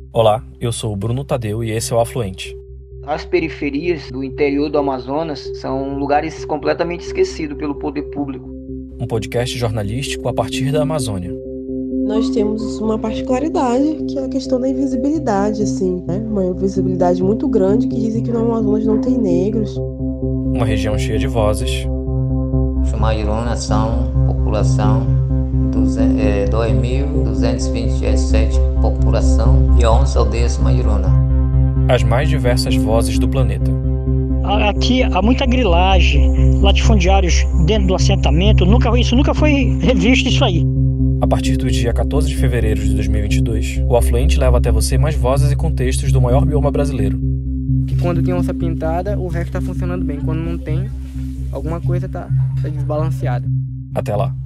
Olá, eu sou o Bruno Tadeu e esse é o Afluente. As periferias do interior do Amazonas são lugares completamente esquecidos pelo poder público. Um podcast jornalístico a partir da Amazônia. Nós temos uma particularidade, que é a questão da invisibilidade, Uma invisibilidade muito grande que dizem que no Amazonas não tem negros. Uma região cheia de vozes. Os Mairunas são população 2.227 população e 11 aldeias Mairuna. As mais diversas vozes do planeta. Aqui há muita grilagem, latifundiários dentro do assentamento, isso nunca foi revisto isso aí. A partir do dia 14 de fevereiro de 2022, o Afluente leva até você mais vozes e contextos do maior bioma brasileiro. Que quando tem onça pintada, o resto está funcionando bem. Quando não tem, alguma coisa está desbalanceada. Até lá.